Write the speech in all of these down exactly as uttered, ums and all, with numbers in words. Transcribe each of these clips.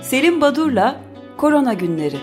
Selim Badur'la Korona Günleri.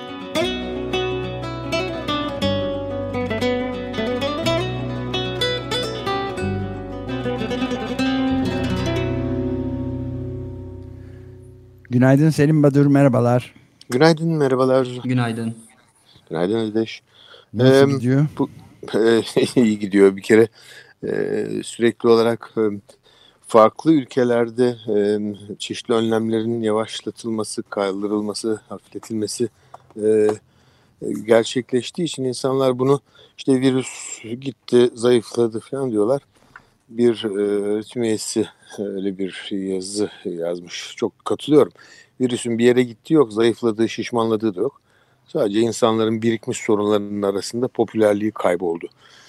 Günaydın Selim Badur, merhabalar. Günaydın, merhabalar. Günaydın. Günaydın Özdeş. Nasıl Ee, gidiyor? Bu, e, iyi gidiyor bir kere. E, sürekli olarak e, farklı ülkelerde e, çeşitli önlemlerin yavaşlatılması, kaldırılması, hafifletilmesi e, gerçekleştiği için insanlar bunu işte virüs gitti, zayıfladı falan diyorlar. Bir e, öğretim üyesi öyle bir yazı yazmış. Çok katılıyorum. Virüsün bir yere gittiği yok, zayıfladığı, şişmanladığı da yok. Sadece insanların birikmiş sorunlarının arasında popülerliği kayboldu.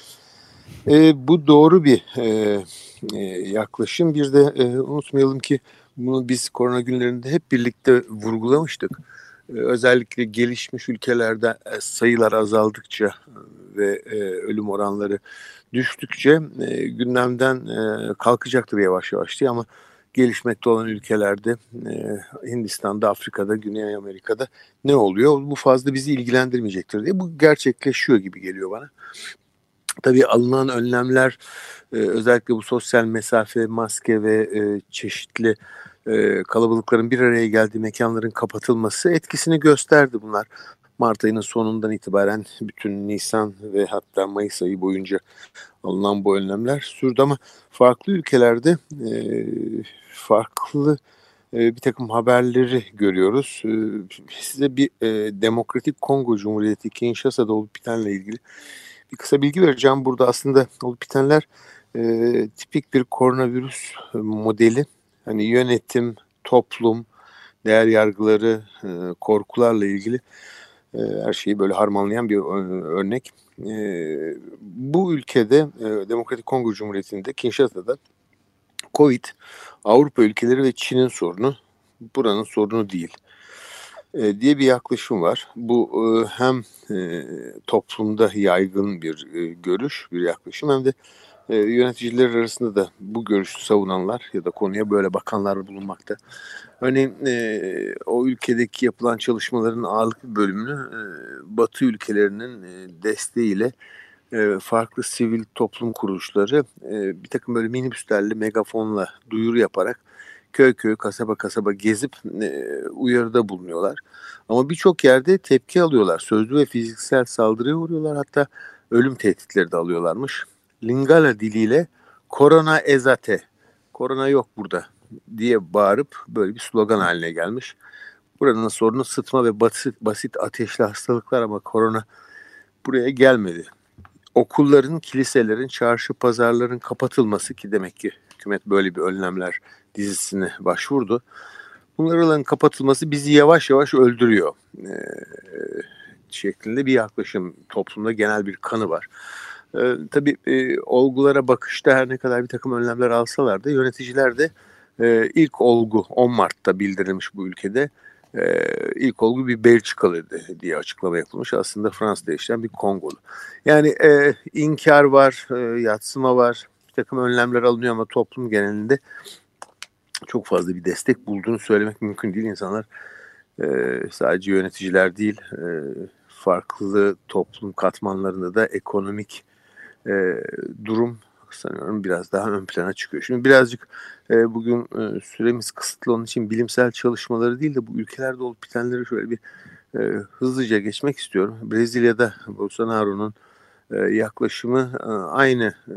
E, bu doğru bir e, e, yaklaşım. Bir de e, unutmayalım ki bunu biz korona günlerinde hep birlikte vurgulamıştık. E, özellikle gelişmiş ülkelerde e, sayılar azaldıkça ve e, ölüm oranları düştükçe e, gündemden e, kalkacaktır yavaş yavaş diye, ama gelişmekte olan ülkelerde e, Hindistan'da, Afrika'da, Güney Amerika'da ne oluyor? Bu fazla bizi ilgilendirmeyecektir diye. Bu gerçekleşiyor gibi geliyor bana. Tabii alınan önlemler, e, özellikle bu sosyal mesafe, maske ve e, çeşitli e, kalabalıkların bir araya geldiği mekanların kapatılması etkisini gösterdi bunlar. Mart ayının sonundan itibaren bütün Nisan ve hatta Mayıs ayı boyunca alınan bu önlemler sürdü, ama farklı ülkelerde e, farklı e, bir takım haberleri görüyoruz. E, size bir e, Demokratik Kongo Cumhuriyeti Kinshasa'da olup bitenle ilgili bir kısa bilgi vereceğim. Burada aslında olup bitenler e, tipik bir koronavirüs modeli. Hani yönetim, toplum, değer yargıları, e, korkularla ilgili e, her şeyi böyle harmanlayan bir örnek. E, bu ülkede, e, Demokratik Kongo Cumhuriyeti'nde, Kinshasa'da Covid, Avrupa ülkeleri ve Çin'in sorunu, buranın sorunu değil e, diye bir yaklaşım var. Bu e, hem e, toplumda yaygın bir e, görüş, bir yaklaşım, hem de e, yöneticiler arasında da bu görüşü savunanlar ya da konuya böyle bakanlar bulunmakta. Örneğin e, o ülkedeki yapılan çalışmaların ağırlıklı bir bölümünü e, Batı ülkelerinin e, desteğiyle e, farklı sivil toplum kuruluşları e, bir takım böyle minibüslerle, megafonla duyuru yaparak köy köy, kasaba kasaba gezip e, uyarıda bulunuyorlar. Ama birçok yerde tepki alıyorlar. Sözlü ve fiziksel saldırıya uğruyorlar. Hatta ölüm tehditleri de alıyorlarmış. Lingala diliyle "Korona ezate", korona yok burada diye bağırıp böyle bir slogan haline gelmiş. Buranın sorunu sıtma ve basit, basit ateşli hastalıklar, ama korona buraya gelmedi. Okulların, kiliselerin, çarşı pazarların kapatılması, ki demek ki hükümet böyle bir önlemler dizisine başvurdu. Bunların kapatılması bizi yavaş yavaş öldürüyor ee, şeklinde bir yaklaşım. Toplumda genel bir kanı var. Ee, tabii e, olgulara bakışta her ne kadar bir takım önlemler alsalar da yöneticiler de e, ilk olgu on Mart'ta bildirilmiş bu ülkede. Ee, ilk olgu bir Belçikalı'ydı diye açıklama yapılmış. Aslında Fransa'da yaşayan bir Kongolu. Yani e, inkar var, e, yadsıma var. Bir takım önlemler alınıyor ama toplum genelinde çok fazla bir destek bulduğunu söylemek mümkün değil. İnsanlar e, sadece yöneticiler değil, e, farklı toplum katmanlarında da ekonomik e, durum sanıyorum biraz daha ön plana çıkıyor. Şimdi birazcık e, bugün e, süremiz kısıtlı, onun için bilimsel çalışmaları değil de bu ülkelerde olup bitenleri şöyle bir e, hızlıca geçmek istiyorum. Brezilya'da Bolsonaro'nun e, yaklaşımı e, aynı e,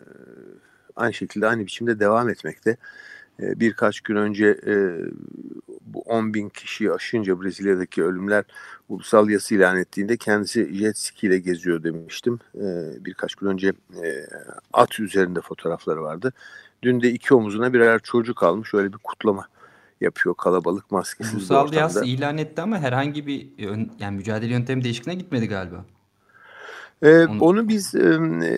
aynı şekilde, aynı biçimde devam etmekte. E, birkaç gün önce e, bu on bin kişiyi aşınca Brezilya'daki ölümler ulusal yası ilan ettiğinde kendisi jet ski ile geziyor demiştim. E, birkaç gün önce e, at üzerinde fotoğrafları vardı. Dün de iki omuzuna birer çocuk almış, öyle bir kutlama yapıyor kalabalık, maskesiz bir Ulusal ortamda. yas ilan etti ama herhangi bir yön- yani mücadele yöntemi değişikliğine gitmedi galiba. Ee, Onu- onu biz e,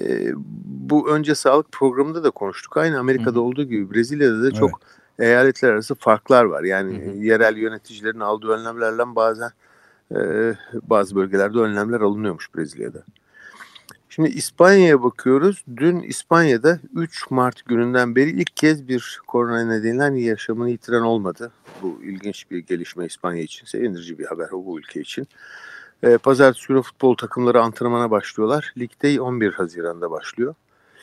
bu önce sağlık programında da konuştuk. Aynı Amerika'da Hı hı. olduğu gibi Brezilya'da da çok eyaletler arası farklar var. Yani Hı hı. yerel yöneticilerin aldığı önlemlerle bazen e, bazı bölgelerde önlemler alınıyormuş Brezilya'da. Şimdi İspanya'ya bakıyoruz. Dün İspanya'da üç Mart gününden beri ilk kez bir korona nedeniyle yaşamını yitiren olmadı. Bu ilginç bir gelişme İspanya için. Sevindirici bir haber o bu ülke için. Ee, Pazartesi günü futbol takımları antrenmana başlıyorlar. Ligde on bir Haziran'da başlıyor.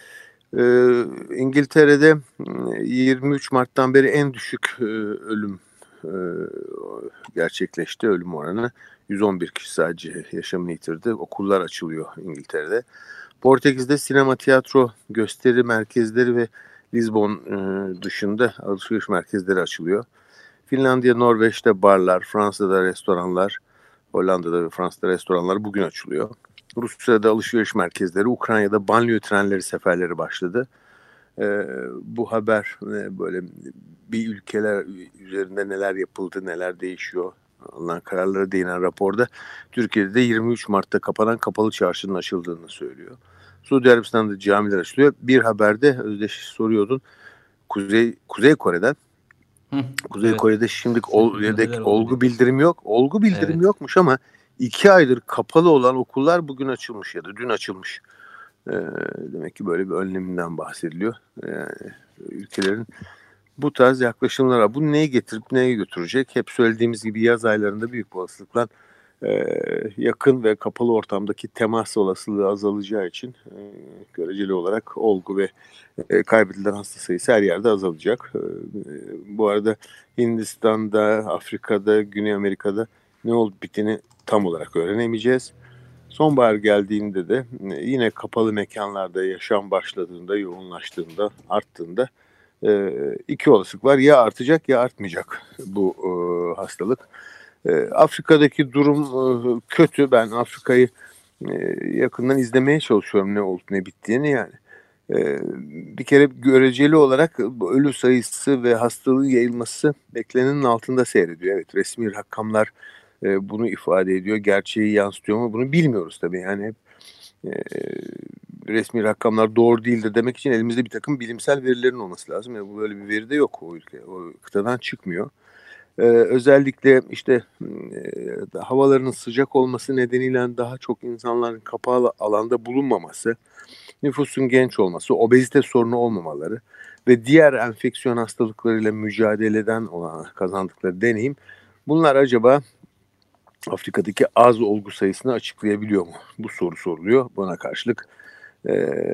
Ee, İngiltere'de yirmi üç Mart'tan beri en düşük e, ölüm e, gerçekleşti. Ölüm oranı yüz on bir kişi sadece yaşamını yitirdi. Okullar açılıyor İngiltere'de. Portekiz'de sinema, tiyatro, gösteri merkezleri ve Lizbon e, dışında alışveriş merkezleri açılıyor. Finlandiya, Norveç'te barlar, Fransa'da restoranlar, Hollanda'da ve Fransa'da restoranlar bugün açılıyor. Rusya'da alışveriş merkezleri, Ukrayna'da banliyö trenleri seferleri başladı. Ee, bu haber e, böyle bir ülkeler üzerinde neler yapıldı, neler değişiyor alınan kararlara değinen raporda Türkiye'de de yirmi üç Mart'ta kapanan kapalı çarşının açıldığını söylüyor. Suudi Arabistan'da camiler açılıyor. Bir haberde Özdeş soruyordun. Kuzey Kuzey Kore'den Hı, Kuzey evet. Kore'de şimdilik ol, Neler oldu olgu diye. bildirim yok. Olgu bildirim Evet. yokmuş ama iki aydır kapalı olan okullar bugün açılmış ya da dün açılmış. Ee, demek ki böyle bir önleminden bahsediliyor. Yani ülkelerin bu tarz yaklaşımlar var. Bu neyi getirip neye götürecek? Hep söylediğimiz gibi yaz aylarında büyük olasılıkla e, yakın ve kapalı ortamdaki temas olasılığı azalacağı için e, göreceli olarak olgu ve e, kaybedilen hasta sayısı her yerde azalacak. E, bu arada Hindistan'da, Afrika'da, Güney Amerika'da ne olup bittiğini tam olarak öğrenemeyeceğiz. Sonbahar geldiğinde de yine kapalı mekanlarda yaşam başladığında, yoğunlaştığında, arttığında e, iki olasılık var. Ya artacak ya artmayacak bu e, hastalık. E, Afrika'daki durum e, kötü. Ben Afrika'yı e, yakından izlemeye çalışıyorum ne olup ne bittiğini yani. E, bir kere göreceli olarak ölü sayısı ve hastalığın yayılması beklenenin altında seyrediyor. Evet, resmi rakamlar e, bunu ifade ediyor. Gerçeği yansıtıyor mu bunu bilmiyoruz tabii. Yani hep e, resmi rakamlar doğru değildir demek için elimizde bir takım bilimsel verilerin olması lazım. Yani bu böyle bir veri de yok o ülke. O kıtadan çıkmıyor. Ee, özellikle işte e, havalarının sıcak olması nedeniyle daha çok insanların kapalı alanda bulunmaması, nüfusun genç olması, obezite sorunu olmamaları ve diğer enfeksiyon hastalıklarıyla mücadeleden olan kazandıkları deneyim, bunlar acaba Afrika'daki az olgu sayısını açıklayabiliyor mu? Bu soru soruluyor. Buna karşılık e,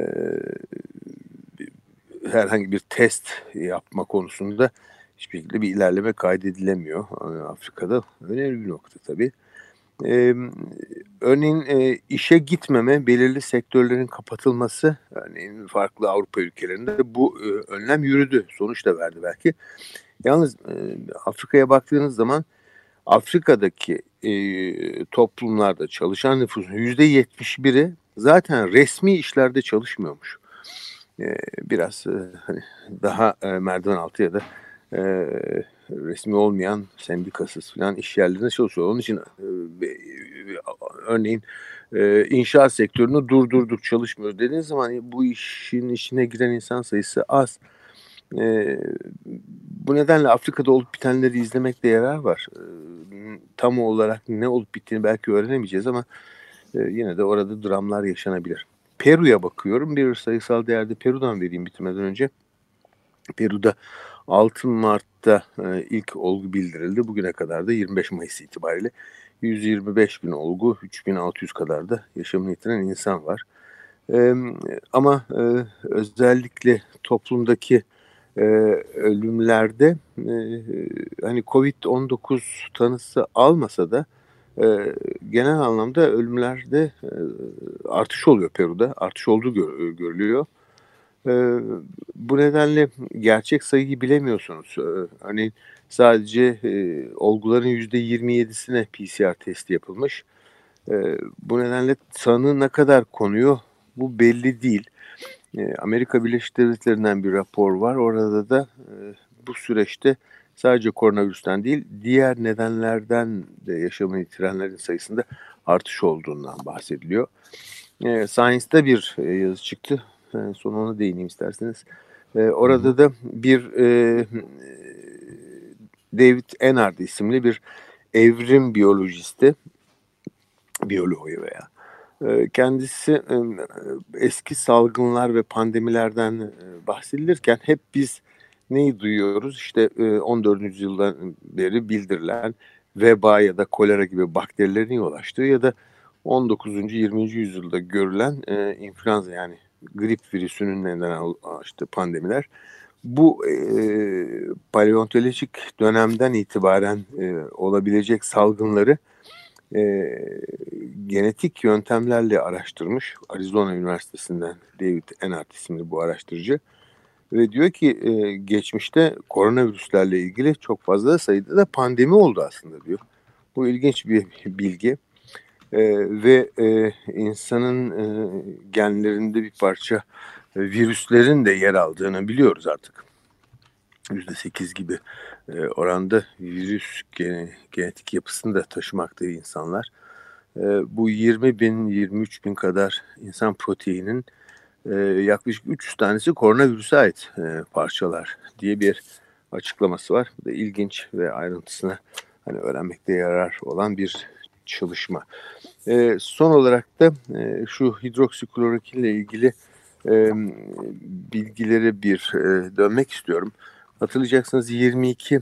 herhangi bir test yapma konusunda hiçbir şekilde bir ilerleme kaydedilemiyor Afrika'da. Önemli bir nokta tabii. Ee, örneğin e, işe gitmeme, belirli sektörlerin kapatılması, örneğin farklı Avrupa ülkelerinde bu e, önlem yürüdü. Sonuç da verdi belki. Yalnız e, Afrika'ya baktığınız zaman Afrika'daki e, toplumlarda çalışan nüfusun yüzde yetmiş biri zaten resmi işlerde çalışmıyormuş. E, biraz e, hani daha e, merdiven altı ya da e, resmi olmayan sendikasız falan iş yerlerinde çalışıyor. Onun için e, örneğin e, inşaat sektörünü durdurduk çalışmıyoruz dediğiniz zaman bu işin içine giren insan sayısı az. E, bu nedenle Afrika'da olup bitenleri izlemekte yarar var. E, tam olarak ne olup bittiğini belki öğrenemeyeceğiz ama e, yine de orada dramlar yaşanabilir. Peru'ya bakıyorum. Bir sayısal değerde Peru'dan vereyim bitirmeden önce. Peru'da altı Mart'ta e, ilk olgu bildirildi. Bugüne kadar da yirmi beş Mayıs itibariyle yüz yirmi beş bin olgu, üç bin altı yüz kadar da yaşamını yitiren insan var. E, ama e, özellikle toplumdaki e, ölümlerde e, hani kovid on dokuz tanısı almasa da e, genel anlamda ölümlerde e, artış oluyor Peru'da. Artış olduğu gör, görülüyor. Ee, bu nedenle gerçek sayıyı bilemiyorsunuz. Ee, örneğin sadece e, olguların yüzde yirmi yedisine P C R testi yapılmış. Ee, bu nedenle tanı ne kadar konuyor bu belli değil. Ee, Amerika Birleşik Devletleri'nden bir rapor var. Orada da e, bu süreçte sadece koronavirüsten değil diğer nedenlerden de yaşamını yitirenlerin sayısında artış olduğundan bahsediliyor. Ee, Science'da bir e, yazı çıktı. En son ona değineyim isterseniz. Ee, orada da bir e, David Enard isimli bir evrim biyolojisti, biyoloğu veya Kendisi eski salgınlar ve pandemilerden bahsedilirken hep biz neyi duyuyoruz? İşte on dördüncü yüzyıldan beri bildirilen veba ya da kolera gibi bakterilerin yol açtığı ya da on dokuzuncu yirminci yüzyılda görülen influenza yani grip virüsünün neden açtığı pandemiler. Bu e, paleontolojik dönemden itibaren e, olabilecek salgınları e, genetik yöntemlerle araştırmış. Arizona Üniversitesi'nden David Enart isimli bu araştırıcı. Ve diyor ki e, geçmişte koronavirüslerle ilgili çok fazla sayıda da pandemi oldu aslında diyor. Bu ilginç bir bilgi. E, ve e, insanın e, genlerinde bir parça e, virüslerin de yer aldığını biliyoruz artık. yüzde sekiz gibi e, oranda virüs gene, genetik yapısını da taşımakta insanlar. E, bu yirmi bin yirmi üç bin kadar insan proteininin e, yaklaşık üç yüz tanesi koronavirüse ait e, parçalar diye bir açıklaması var. Bu da ilginç ve ayrıntısına hani öğrenmekte yarar olan bir çalışma. E, son olarak da e, şu hidroksiklorokin ile ilgili e, bilgileri bir e, dönmek istiyorum. Hatırlayacaksınız yirmi iki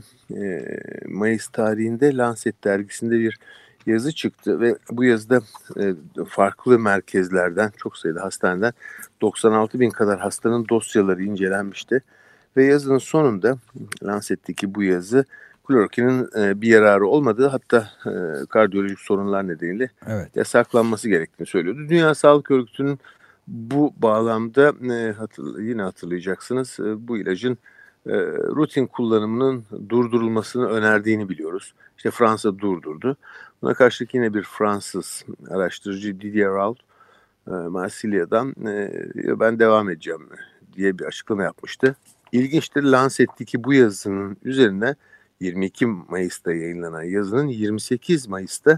Mayıs tarihinde Lancet dergisinde bir yazı çıktı ve bu yazıda farklı merkezlerden çok sayıda hastaneden doksan altı bin kadar hastanın dosyaları incelenmişti. Ve yazının sonunda Lancet'teki bu yazı klorokinin bir yararı olmadığı hatta kardiyolojik sorunlar nedeniyle evet. yasaklanması gerektiğini söylüyordu. Dünya Sağlık Örgütü'nün bu bağlamda yine hatırlayacaksınız bu ilacın rutin kullanımının durdurulmasını önerdiğini biliyoruz. İşte Fransa durdurdu. Buna karşılık yine bir Fransız araştırıcı Didier Raoult, Marsilya'dan ben devam edeceğim diye bir açıklama yapmıştı. İlginçtir, Lancet'teki bu yazının üzerine yirmi iki Mayıs'ta yayınlanan yazının yirmi sekiz Mayıs'ta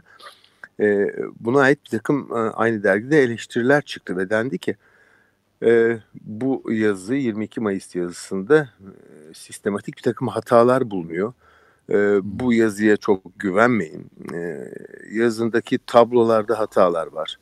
buna ait bir takım aynı dergide eleştiriler çıktı ve dendi ki Ee, bu yazı yirmi iki Mayıs yazısında e, sistematik bir takım hatalar bulunuyor. Ee, bu yazıya çok güvenmeyin. Ee, yazındaki tablolarda hatalar var.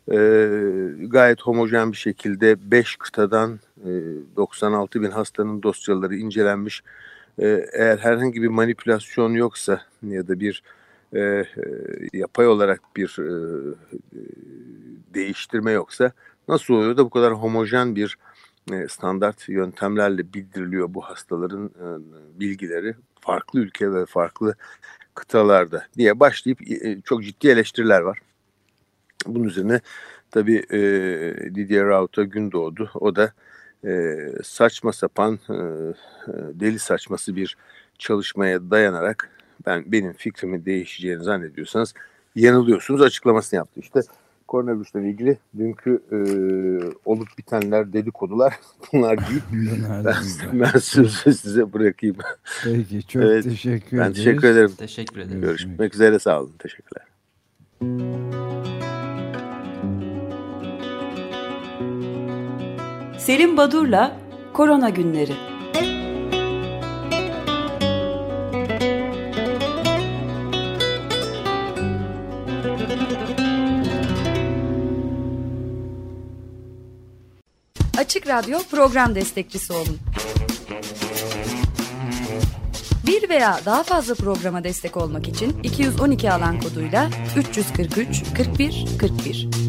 Ee, gayet homojen bir şekilde beş kıtadan e, doksan altı bin hastanın dosyaları incelenmiş. Ee, eğer herhangi bir manipülasyon yoksa ya da bir e, e, yapay olarak bir e, e, değiştirme yoksa nasıl oluyor da bu kadar homojen bir e, standart yöntemlerle bildiriliyor bu hastaların e, bilgileri farklı ülke ve farklı kıtalarda diye başlayıp e, çok ciddi eleştiriler var. Bunun üzerine tabii e, Didier Raoult'a gün doğdu. O da e, saçma sapan e, deli saçması bir çalışmaya dayanarak ben benim fikrimin değişeceğini zannediyorsanız yanılıyorsunuz açıklamasını yaptı. İşte koronavirüsle ilgili dünkü e, olup bitenler, dedikodular bunlar değil. ben, ben sözü size bırakayım. Peki, çok evet, teşekkür ben ederiz. Ben teşekkür ederim. Teşekkür ederim. Görüşmek üzere, sağ olun. Teşekkürler. Selim Badur'la Korona Günleri. Açık Radyo program destekçisi olun. Bir veya daha fazla programa destek olmak için iki yüz on iki alan koduyla üç yüz kırk üç kırk bir kırk bir